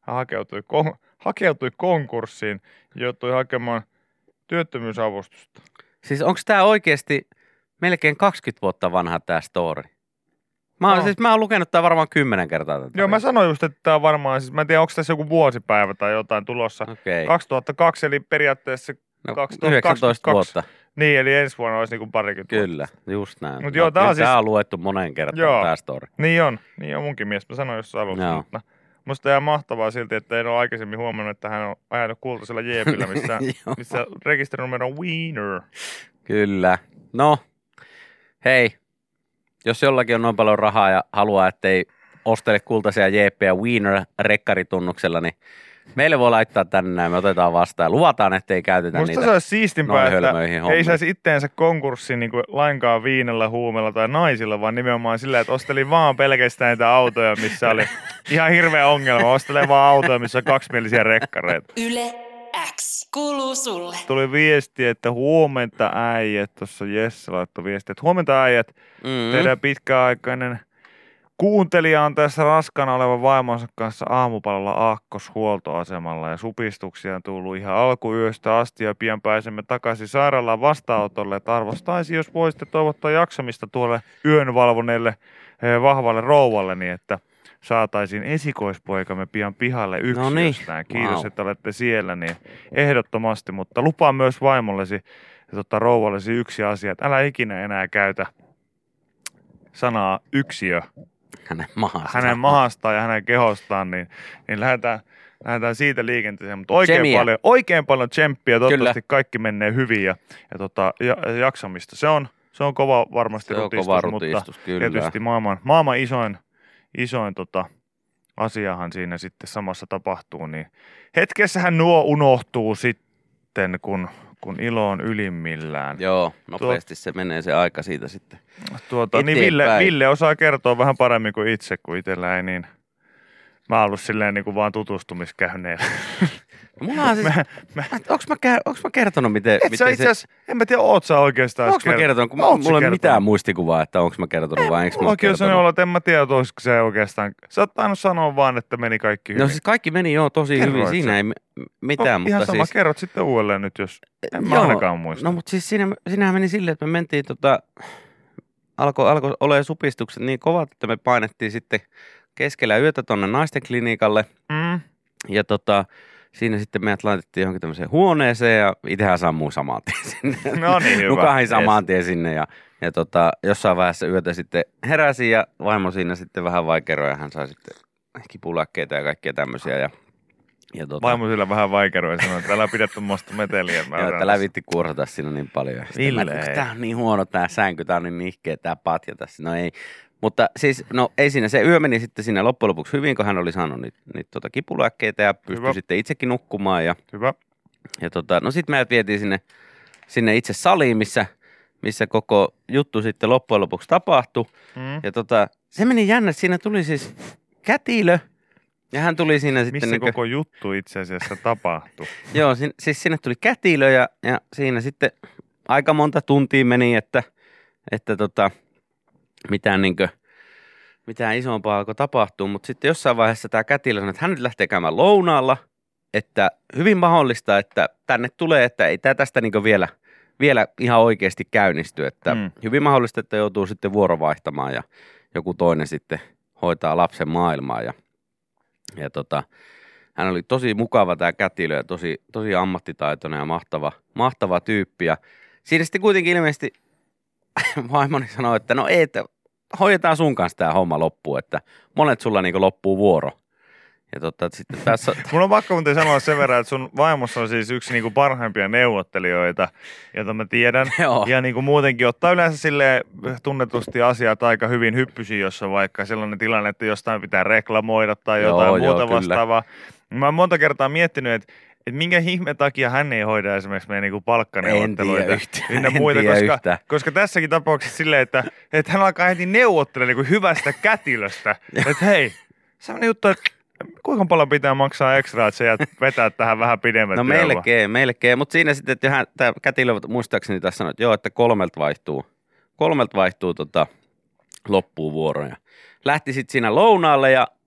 Hän hakeutui, kon, hakeutui konkurssiin ja joutui hakemaan työttömyysavustusta. Siis onko tämä oikeasti melkein kaksikymmentä vuotta vanha tämä story? Mä oon, No. siis, mä oon lukenut tää varmaan kymmenen kertaa. Tätä Joo, mä sanoin just, että tämä on varmaan, siis mä en tiedä, onko tässä joku vuosipäivä tai jotain tulossa. Okei. kaksituhattakaksi, eli periaatteessa No, kaksituhattakaksikymmentäkaksi. yhdeksäntoista vuotta. Niin, eli ensi vuonna olisi niinku parikymmentä Kyllä, just näin. Mut joo, tää on Kyllä siis- tää on luettu monen kertaan Joo. tää story. Niin on, niin on munkin mies. Mä sanoin jossain alussa, Joo. mutta musta jää mahtavaa silti, että en ole aikaisemmin huomannut, että hän on ajanut kultaisella jeepillä, missä, Joo. missä rekisterinumero on Wiener. Kyllä. No, hei, jos jollakin on noin paljon rahaa ja haluaa, ettei ostele kultaisia jeeppejä Wiener-rekkaritunnuksella, niin meille voi laittaa tänne näin, me otetaan vastaan. Luvataan, ettei käytetä Musta niitä. se olisi siistimpää, noin että hölmöihin ei hommiin. saisi itteensä konkurssiin niin lainkaan viinalla, huumella tai naisilla, vaan nimenomaan sillä, että ostelin vaan pelkästään niitä autoja, missä oli ihan hirveä ongelma. Ostelen vaan autoja, missä on kaksimielisiä rekkareita. Yle X kuuluu sulle. Tuli viesti, että huomenta äijät, tuossa Jesse laittoi viesti, että huomenta äijät, Mm. teidän pitkäaikainen kuuntelija on tässä raskaana olevan vaimonsa kanssa aamupalalla aakkoshuoltoasemalla ja supistuksia on tullut ihan alkuyöstä asti ja pian pääsemme takaisin sairaalaan vastaanotolle, että arvostaisin, jos voisitte toivottaa jaksamista tuolle yönvalvoneelle eh, vahvalle rouvalle, niin että saataisiin esikoispoikamme pian pihalle No niin. yksiöstään. Kiitos, Wow. että olette siellä, niin ehdottomasti, mutta lupaan myös vaimollesi ja tota, rouvallesi yksi asia, että älä ikinä enää käytä sanaa yksiö Hänen mahasta. hänen mahastaan ja hänen kehostaan, niin, niin lähdetään, lähdetään siitä liikenteeseen. Mutta oikein Tsemiä. paljon, oikein paljon tsemppiä, toivottavasti Kyllä. kaikki menee hyvin ja, ja, tota, ja jaksamista. Se on, se on kova varmasti Se on rutistus, kova mutta rutistus, kyllä. tietysti maailman, maailman isoin, isoin tota, asiahan siinä sitten samassa tapahtuu. Niin hetkessähän nuo unohtuu sitten, kun, kun ilo on ylimmillään. Joo, nopeasti se menee se aika siitä sitten. Tuota, niin Ville, Eteenpäin. Ville osaa kertoa vähän paremmin kuin itse, kun itsellä ei niin. Mä oon ollut silleen niin kuin vaan tutustumiskäyneellä. Mulla on siis, Mä- mä, onks, mä, kä- onks mä kertonut, miten, Et sä miten itse asiassa, en mä tiedä, oot sä oikeastaan Onks mä kert- kertonut, kun Oot sä mulla ei ole kertonut? mitään muistikuvaa, että onks mä kertonut vai enkö mä Mulla ole on kyllä sellainen kertonut. olo, että en mä tiedä, että olisiko se oikeastaan. Sä oot tainnut sanoa vaan, että meni kaikki hyvin. No siis kaikki meni joo tosi Kerroit hyvin, sä? siinä ei m- mitään, no, ihan mutta sama, siis... kerrot sitten uudelleen nyt, jos en mä Joo, ainakaan muista. No mutta siis siinä, siinähän meni silleen, että me mentiin tota, alkoi alko olemaan supistukset niin kovat, että me painettiin sitten keskellä yötä tonne naisten klinikalle Mm. ja tota, siinä sitten meidät laitettiin johonkin tämmöiseen huoneeseen ja itsehän sammuu saman tien sinne. No niin, hyvä. Nukahin saman tien sinne ja, ja tota, jossain vaiheessa yötä sitten heräsin ja vaimo siinä sitten vähän vaikeroja ja hän sai sitten kipulääkkeitä ja kaikkia tämmöisiä ja, ja tota, Vaimo sillä vähän vaikeroja sanoi, että älä pidä tuommoista meteliä. Mä joo, otan että lävitti kuorata siinä niin paljon. Ja sitten mä, Ville, että ei. tää on niin huono tää sänky, tää on niin nihkeä tää patja tässä. No ei. Mutta siis, no ei siinä, se yö meni sitten siinä loppujen lopuksi hyvin, kun hän oli saanut niitä, niitä tuota kipulääkkeitä ja pystyi Hyvä. sitten itsekin nukkumaan. Ja, Hyvä. ja tota, no sitten meidät vietiin sinne, sinne itse saliin, missä, missä koko juttu sitten loppujen lopuksi tapahtui. Mm. Ja tota, se meni jännä, siinä tuli siis kätilö ja hän tuli siinä sitten... Missä niinku- koko juttu itse asiassa tapahtui? Joo, sin, siis sinne tuli kätilö ja, ja siinä sitten aika monta tuntia meni, että, että tota, mitään, niinkö, mitään isompaa alkoi tapahtua, mutta sitten jossain vaiheessa tämä kätilö sanoi, että hän nyt lähtee käymään lounaalla, että hyvin mahdollista, että tänne tulee, että ei tämä tästä niinkö vielä, vielä ihan oikeasti käynnisty, että Mm. mm. hyvin mahdollista, että joutuu sitten vuorovaihtamaan ja joku toinen sitten hoitaa lapsen maailmaa ja, ja tota, hän oli tosi mukava tämä kätilö ja tosi, tosi ammattitaitoinen ja mahtava, mahtava tyyppi. Ja siinä sitten kuitenkin ilmeisesti vaimoni sanoi, että no ei, että hoidetaan sun kanssa tämä homma loppuun, että monet sulla niin loppuu vuoro. Ja tota, sitten tässä... Mun on pakko muuten sanoa sen verran, että sun vaimossa on siis yksi niinku parhaimpia neuvottelijoita, jota mä tiedän. Joo. Ja niinku muutenkin ottaa yleensä silleen tunnetusti asiat aika hyvin hyppysiin, jos on vaikka sellainen tilanne, että jostain pitää reklamoida tai Joo, jotain joo, muuta kyllä. vastaavaa. Mä oon monta kertaa miettinyt, että että minkä ihmeen takia hän ei hoida esimerkiksi meidän niinku palkkaneuvotteluita. En tiedä yhtään, ynnä en muita, tiedä koska, yhtään. koska tässäkin tapauksessa silleen, että, että hän alkaa heti neuvottelemaan niinku hyvästä kätilöstä. Että hei, sellainen juttu, että kuinka paljon pitää maksaa ekstraa, että sä jäät vetää tähän vähän pidemmät No työllä? melkein, melkein. Mutta siinä sitten, että hän, tämä kätilö muistaakseni tässä sanoi, että joo, että kolmelta vaihtuu, kolmelta vaihtuu tota, loppuun vuoroja. Lähti sitten siinä lounaalle ja,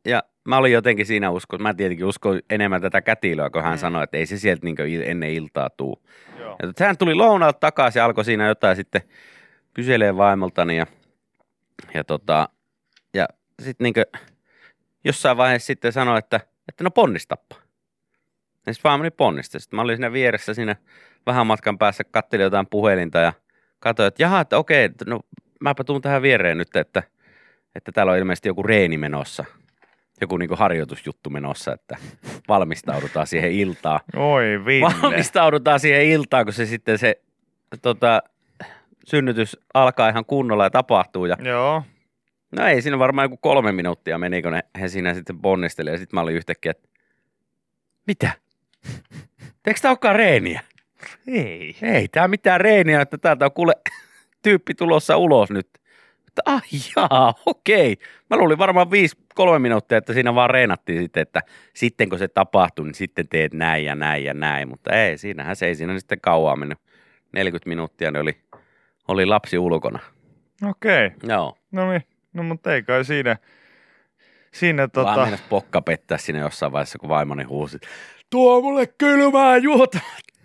ja mä olin jotenkin siinä uskossa, mä tietenkin uskon enemmän tätä kätilöä, kun hän mm. sanoi, että ei se sieltä niin ennen iltaa tuu. Joo. Ja hän tuli lounaalta takaisin ja alkoi siinä jotain sitten kyselee vaimoltani ja, ja, tota, ja sitten niin jossain vaiheessa sitten sanoi, että, että no ponnistappa. Ja sitten vaimoni ponnisti. Sitten mä olin siinä vieressä siinä vähän matkan päässä, katselin jotain puhelinta ja katsoin, että jaha, että okei, no mäpä tuun tähän viereen nyt, että, että täällä on ilmeisesti joku reeni menossa. Joku niinku harjoitusjuttu menossa, että valmistaudutaan siihen iltaan. Oi Ville. Valmistaudutaan siihen iltaan, kun se sitten se tota, synnytys alkaa ihan kunnolla ja tapahtuu. Ja joo. No ei, siinä varmaan joku kolme minuuttia meni, kun ne, he siinä sitten ponnisteli. Ja sitten mä olin yhtäkkiä, että mitä? Eikö tää olekaan reeniä? Ei. Ei tää mitään reeniä, että täältä on kuule tyyppi tulossa ulos nyt. Mutta ah jaa, okei. Mä luulin varmaan viisi, kolme minuuttia, että siinä vaan reenattiin sitten, että sitten kun se tapahtui, niin sitten teet näin ja näin ja näin. Mutta ei, siinähän se ei siinä sitten kauan mennyt. neljäkymmentä minuuttia ne oli, oli lapsi ulkona. Okei. Joo. No niin, no mutta ei kai siinä, siinä tota... Vaan mennäs pokka pettää siinä jossain vaiheessa, kun vaimoni huusi, tuo mulle kylmää juota.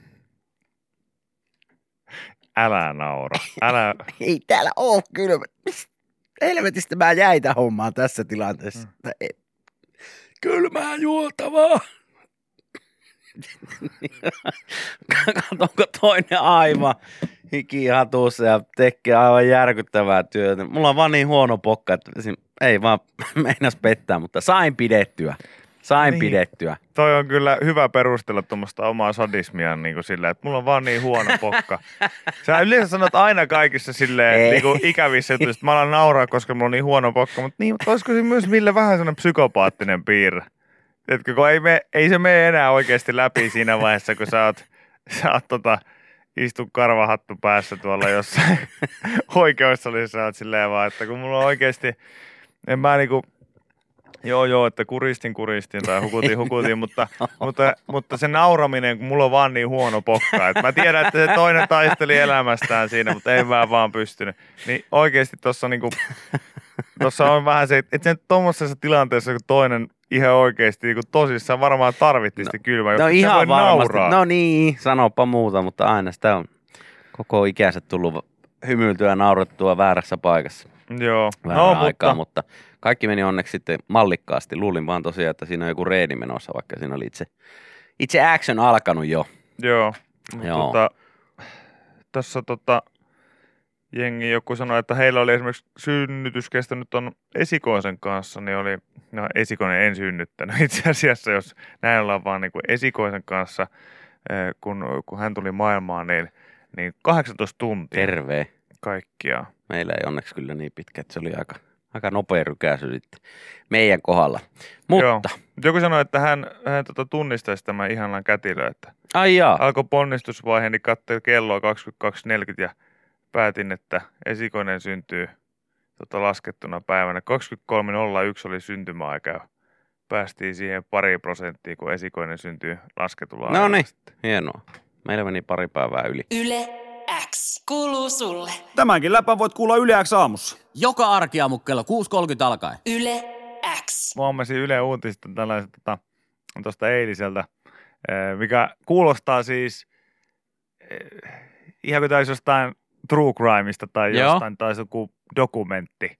Älä naura. Älä... Ei täällä oo kylmä. Helvetistä mä jäin tähän hommaan tässä tilanteessa. Mm. Kylmää juotavaa. Katsonko toinen aivan hikihatussa ja tekee aivan järkyttävää työtä. Mulla on vaan niin huono pokka, että ei vaan meinas pettää, mutta sain pidettyä. Sain niin. pidettyä. Toi on kyllä hyvä perustella tuommoista omaa sadismia niin kuin sillä, että mulla on vaan niin huono pokka. Sä yleensä sanot aina kaikissa silleen niin kuin ikävissä jutuissa, että mä alan nauraa, koska mulla on niin huono pokka, mutta niin, olisiko se myös mille vähän sellainen psykopaattinen piirre? Etkö, kun ei, me, ei se mene enää oikeasti läpi siinä vaiheessa, kun sä oot, sä oot tota, istu karvahattu päässä tuolla jossain oikeussalissa, sä oot silleen vaan, että kun mulla on oikeasti, en mä niinku, joo joo, että kuristin kuristin tai hukutin hukutin, mutta, mutta, mutta se nauraminen, kun mulla on vaan niin huono pokka, että mä tiedän, että se toinen taisteli elämästään siinä, mutta ei mä vaan pystynyt, niin oikeasti tossa niinku, tossa on vähän se, että se tommosessa tilanteessa, kun toinen ihan oikeasti niin tosissaan varmaan tarvittiin sitä kylmää, jotta no se ihan voi varmasti. nauraa. No niin, sanopa muuta, mutta aina sitä on koko ikänsä tullut hymyiltyä ja naurettua väärässä paikassa. Joo. Väärä no, aikaa, mutta... mutta kaikki meni onneksi sitten mallikkaasti. Luulin vaan tosiaan, että siinä on joku reeni menossa, vaikka siinä oli itse, itse action alkanut jo. Joo. Joo. Tota, tässä tota, jengi joku sanoi, että heillä oli esimerkiksi synnytys kestänyt ton esikoisen kanssa, niin oli, no esikoinen en synnyttänyt itse asiassa, jos näin ollaan vaan niin kuin esikoisen kanssa, kun, kun hän tuli maailmaan, niin, niin kahdeksantoista tuntia. Terve. Kaikkia. Meillä ei onneksi kyllä niin pitkä, että se oli aika, aika nopea rykäisy sitten meidän kohdalla. Mutta. Joo. Joku sanoi, että hän, hän tota tunnistaisi tämän ihanan kätilön, että ai jaa. Alkoi ponnistusvaihe, niin katsoi kelloa kaksikymmentäkaksi neljäkymmentä ja päätin, että esikoinen syntyy tota laskettuna päivänä. kaksikymmentäkolme nolla yksi oli syntymäaika ja päästiin siihen pari prosenttia, kun esikoinen syntyy lasketulla no niin, hienoa. Meillä meni pari päivää yli. Yle X kuuluu sulle. Tämänkin läpän voit kuulla Yle X aamussa. Joka arkiaamu kello kuusi kolmekymmentä alkaen. Yle X. Mä huomasin Yle Uutista tällaiset tota, tuosta eiliseltä, mikä kuulostaa siis ihan kuin taisi jostain true crimeista tai Joo. jostain taisi joku dokumentti.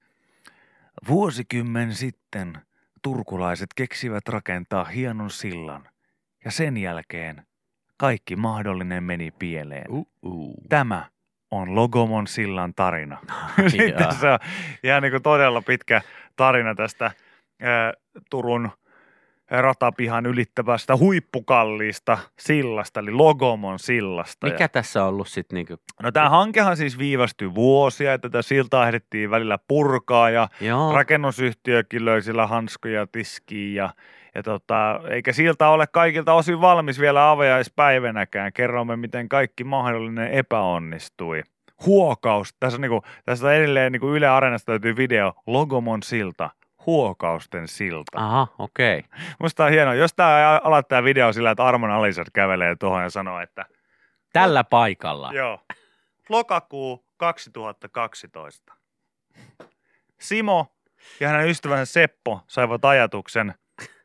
Vuosikymmen sitten turkulaiset keksivät rakentaa hienon sillan ja sen jälkeen kaikki mahdollinen meni pieleen. Uh-uh. Tämä on Logomon sillan tarina. Sitten se on ihan niin kuin todella pitkä tarina tästä ää, Turun ratapihan ylittävästä huippukalliista sillasta, eli Logomon sillasta. Mikä ja... tässä on ollut sitten niinku... No tämä hankehan siis viivästyi vuosia, että tätä siltaa ehdittiin välillä purkaa ja Joo. rakennusyhtiökin löi sillä hanskoja tiskiin ja Ja tota, eikä siltä ole kaikilta osin valmis vielä avajaispäivänäkään. Kerromme, miten kaikki mahdollinen epäonnistui. Huokaus. Tässä on, niinku, tässä on edelleen niinku Yle Areenasta löytyy video. Logomon silta. Huokausten silta. Aha, okei. Okay. Musta on hienoa. Jos tää ala tää video sillä, että Armon Alisat kävelee tuohon ja sanoo, että... Tällä paikalla. Joo. Lokakuu kaksituhattakaksitoista. Simo ja hänen ystävänsä Seppo saivat ajatuksen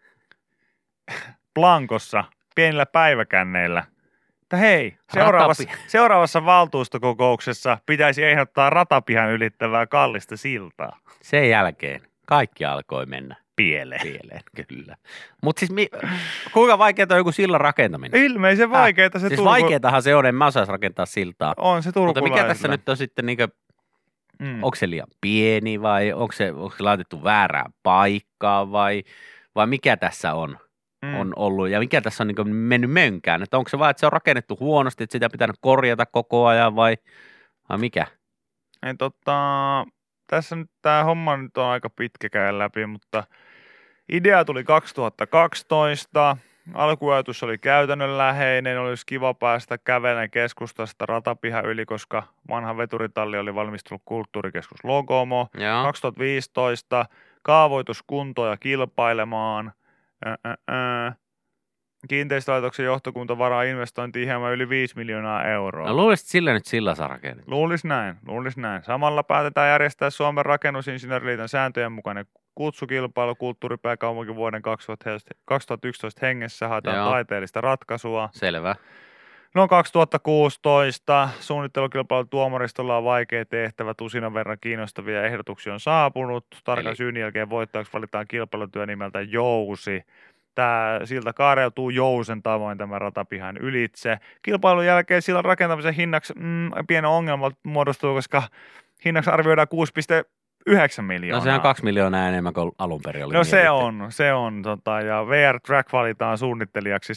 Blankossa pienillä päiväkänneillä, että hei, seuraavassa, seuraavassa valtuustokokouksessa pitäisi ehdottaa ratapihan ylittävää kallista siltaa. Sen jälkeen kaikki alkoi mennä Pieleen. pieleen, kyllä. Mutta siis mi- kuinka vaikeaa on joku sillan rakentaminen? Ilmeisen vaikeaa se Siis Turku... vaikeatahan se on, en mä osaisi rakentaa siltaa. On se Mutta mikä tässä turkulaisilla. nyt on sitten, niinkö, Mm. onko se liian pieni vai onko se, onko se laitettu väärään paikkaan vai, vai mikä tässä on, Mm. on ollut ja mikä tässä on niin mennyt mönkään? Että onko se vaan, että se on rakennettu huonosti, että sitä pitää korjata koko ajan vai, vai mikä? Ei, tota, tässä nyt tämä homma nyt on aika pitkä käydä läpi, mutta idea tuli kaksituhattakaksitoista. Alkuajatus oli käytännönläheinen, olisi kiva päästä kävelen keskustasta ratapihan yli, koska vanha veturitalli oli valmistunut kulttuurikeskus Logomo. Joo. kaksituhattaviisitoista kaavoitus kuntoja kilpailemaan. Ää, ää, ää. Kiinteistölaitoksen johtokunta varaa investointiin hieman yli viisi miljoonaa euroa. No luulisit, että sillä nyt silla saa rakennettua. Luulis näin, luulis näin. Samalla päätetään järjestää Suomen rakennusinsinööriliiton sääntöjen mukainen kutsukilpailu kulttuuripääkaupunki vuoden kaksituhattayksitoista hengessä. Haetaan Joo. taiteellista ratkaisua. Selvä. No kaksituhattakuusitoista suunnittelukilpailu tuomaristolla on vaikea tehtävä. Tusinan verran kiinnostavia ehdotuksia on saapunut. Tarkan Eli- syyn jälkeen voittajaksi valitaan kilpailutyö nimeltä Jousi. Tämä silta kaareutuu Jousen tavoin tämän ratapihan ylitse. Kilpailun jälkeen sillan rakentamisen hinnaksi mm, pienen ongelma muodostuu, koska hinnaksi arvioidaan kuusi pilkku yhdeksän miljoonaa. No sehän on kaksi miljoonaa enemmän kuin alun perin oli No se mietitty. on, se on. Tota, ja V R Track valitaan suunnittelijaksi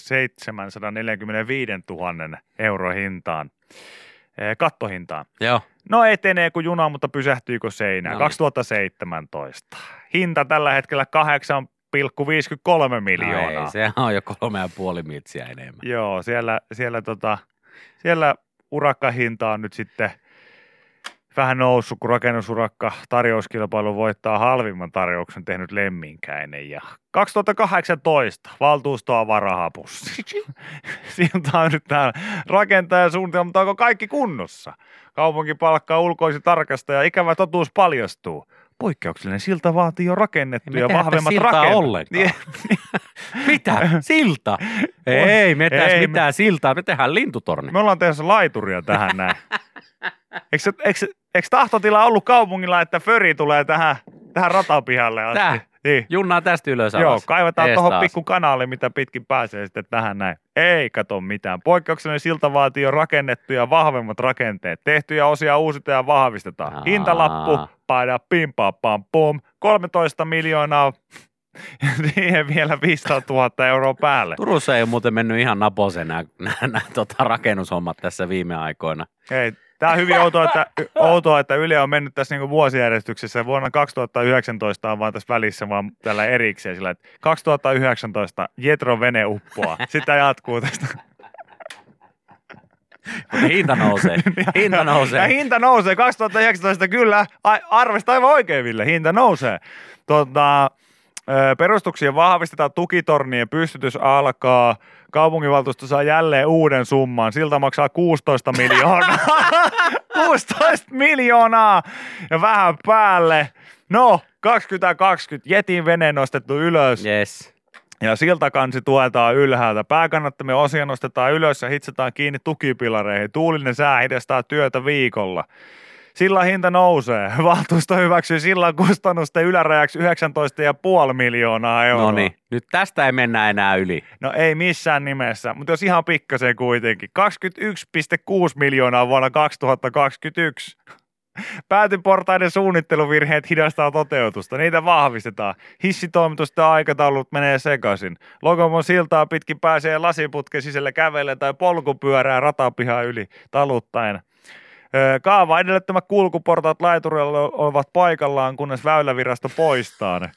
seitsemänsataaneljäkymmentäviisituhatta euro hintaan, eh, kattohintaan. Joo. No etenee kuin juna, mutta pysähtyykö seinään? No niin. kaksituhattaseitsemäntoista. Hinta tällä hetkellä kahdeksan pilkku viisikymmentäkolme No miljoonaa. ei, sehän on jo kolme ja puoli miltsiä enemmän. Joo, siellä, siellä, tota, siellä urakkahinta on nyt sitten vähän noussut, kun rakennusurakka tarjouskilpailu voittaa halvimman tarjouksen tehnyt Lemminkäinen. Ja kaksituhattakahdeksantoista valtuustoa varahapussi. Siltä on nyt täällä rakentaja suunnitelma, mutta onko kaikki kunnossa? Kaupunki palkkaa ulkoisen tarkastaja, ikävä totuus paljastuu. Poikkeuksellinen silta vaatii jo rakennettuja Me tehdään vahvemmat siltaa rakennut. ollenkaan. Mitä? Silta? Ei, me tehdään Ei, mitään siltaa, me tehdään lintutorni. Me ollaan tehdessä laituria tähän näin. Eikö, se- eikö, se- eikö tahtotila ollut kaupungilla, että föri tulee tähän, tähän ratapihalle asti? Tää? Niin. Junnaa tästä ylös Joo, alas. kaivetaan Ees tuohon taas. pikku kanaalle, mitä pitkin pääsee sitten tähän näin. Ei kato mitään. Poikkeuksellinen silta vaatii jo rakennettuja vahvemmat rakenteet. Tehtyjä osia uusitaan ja vahvistetaan. Aa. Hintalappu, paida pim pam pam pum, kolmetoista miljoonaa ja siihen vielä viisisataatuhatta euroa päälle. Turussa ei ole muuten mennyt ihan naposeen nämä, nämä, nämä tota, rakennushommat tässä viime aikoina. Hei, tämä on hyvin outoa, että, outoa, että Yle on mennyt tässä niinku vuosijärjestyksessä. Vuonna kaksituhattayhdeksäntoista on vaan tässä välissä vaan tällä erikseen sillä, että kaksituhattayhdeksäntoista Jetro vene uppoaa. Sitä jatkuu tästä. Mutta hinta nousee. Hinta Ja nousee. hinta nousee. kaksituhattayhdeksäntoista kyllä. Arvestit aivan oikein, Ville. Hinta nousee. Tota, ö, perustuksia vahvistetaan. Tukitornien pystytys alkaa. Kaupunginvaltuusto saa jälleen uuden summan. Siltä maksaa kuusitoista miljoonaa. kuusitoista miljoonaa ja vähän päälle. No, kaksituhattakaksikymmentä Jetin vene nostettu ylös. Yes. Ja siltakansi tuetaan ylhäältä. Pääkannattamien osia nostetaan ylös ja hitsataan kiinni tukipilareihin. Tuulinen sää hidastaa työtä viikolla. Sillan hinta nousee. Valtuusto hyväksyy sillan kustannusten ylärajaksi yhdeksäntoista pilkku viisi miljoonaa euroa. No niin, nyt tästä ei mennä enää yli. No ei missään nimessä, mutta jos ihan pikkasen kuitenkin. kaksikymmentäyksi pilkku kuusi miljoonaa vuonna kaksituhattakaksikymmentäyksi. Päätyportaiden suunnitteluvirheet hidastaa toteutusta. Niitä vahvistetaan. Hissitoimitusten aikataulut menee sekaisin. Logomon siltaa pitkin pääsee lasiputken sisälle kävellen tai polkupyörää ratapihaa yli taluttaen. Öö, Kaava edellyttämät kulkuportaat laiturilla ovat paikallaan, kunnes väylävirasto poistaa ne.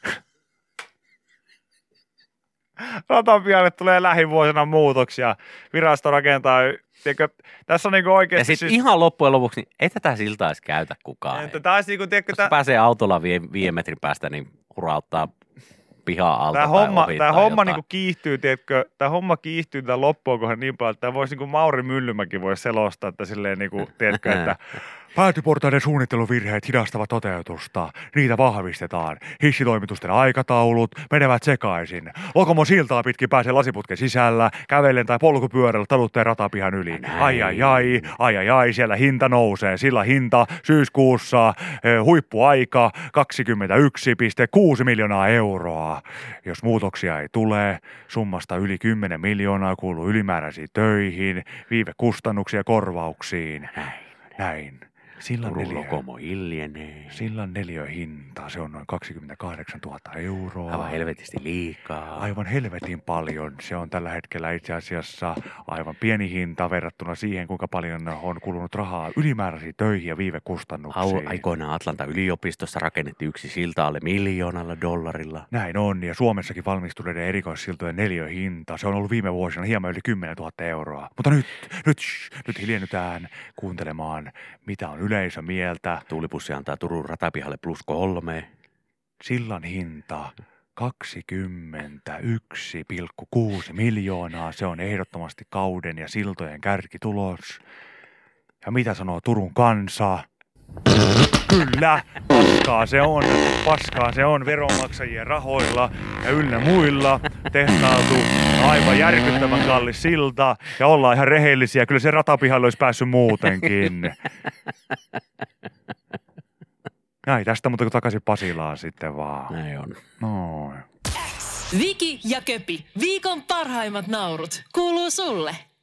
Ratapihalle tulee lähivuosina muutoksia. Virasto rakentaa, tiedätkö, tässä on niinku oikeasti... Ja sitten siis- ihan loppujen lopuksi, niin ei tätä siltaa edes käytä kukaan. Että taas niinku, tiedätkö, Jos tää, pääsee autolla vie, viiden metrin päästä, niin hurauttaa pihaa alta tää tai homma, ohi tää tai homma jotain. niinku kiihtyy, tiedätkö, tää homma kiihtyy tää loppuun kohdassa niin paljon, että tää voisi niinku Mauri Myllymäki voisi selostaa, että silleen niinku, tiedätkö, että Päätyportaiden suunnitteluvirheet hidastavat toteutusta. Niitä vahvistetaan. Hissitoimitusten aikataulut menevät sekaisin. Lokomon siltaa pitkin pääsee lasiputken sisällä, kävellen tai polkupyörällä talutteen ratapihan yli. Ai ai ai, ai ai ai, siellä hinta nousee. Sillä hinta syyskuussa eh, huippuaika kaksikymmentäyksi pilkku kuusi miljoonaa euroa. Jos muutoksia ei tule, summasta yli kymmenen miljoonaa kuuluu ylimääräisiin töihin, viivekustannuksia korvauksiin. Näin. Näin. Sillan Turun neljä, Lokomo hiljenee. sillan neliöhinta, se on noin kaksikymmentäkahdeksantuhatta euroa. Aivan helvetisti liikaa. Aivan helvetin paljon. Se on tällä hetkellä itse asiassa aivan pieni hinta verrattuna siihen, kuinka paljon on kulunut rahaa ylimääräisiin töihin ja viivekustannuksiin. Au- Aikoinaan Atlanta yliopistossa rakennettiin yksi silta alle miljoonalla dollarilla. Näin on, ja Suomessakin valmistuneiden erikoissiltojen neliöhinta, se on ollut viime vuosina hieman yli kymmenentuhatta euroa. Mutta nyt, nyt, shh, nyt hiljennytään kuuntelemaan, mitä on yleisö mieltä. Tuulipussi antaa Turun ratapihalle plus kolme. Sillan hinta kaksikymmentäyksi pilkku kuusi miljoonaa, se on ehdottomasti kauden ja siltojen kärkitulos. Ja mitä sanoo Turun kansa? Kyllä, paskaa se on, paskaa se on veronmaksajien rahoilla ja ynnä muilla tehtailtu aivan järkyttävän kallis silta ja ollaan ihan rehellisiä, kyllä se ratapihalle olisi päässyt muutenkin. Näin, tästä mutta takaisin Pasilaan sitten vaan. Näin on. Noin. Viki ja Köpi, viikon parhaimmat naurut, kuuluu sulle.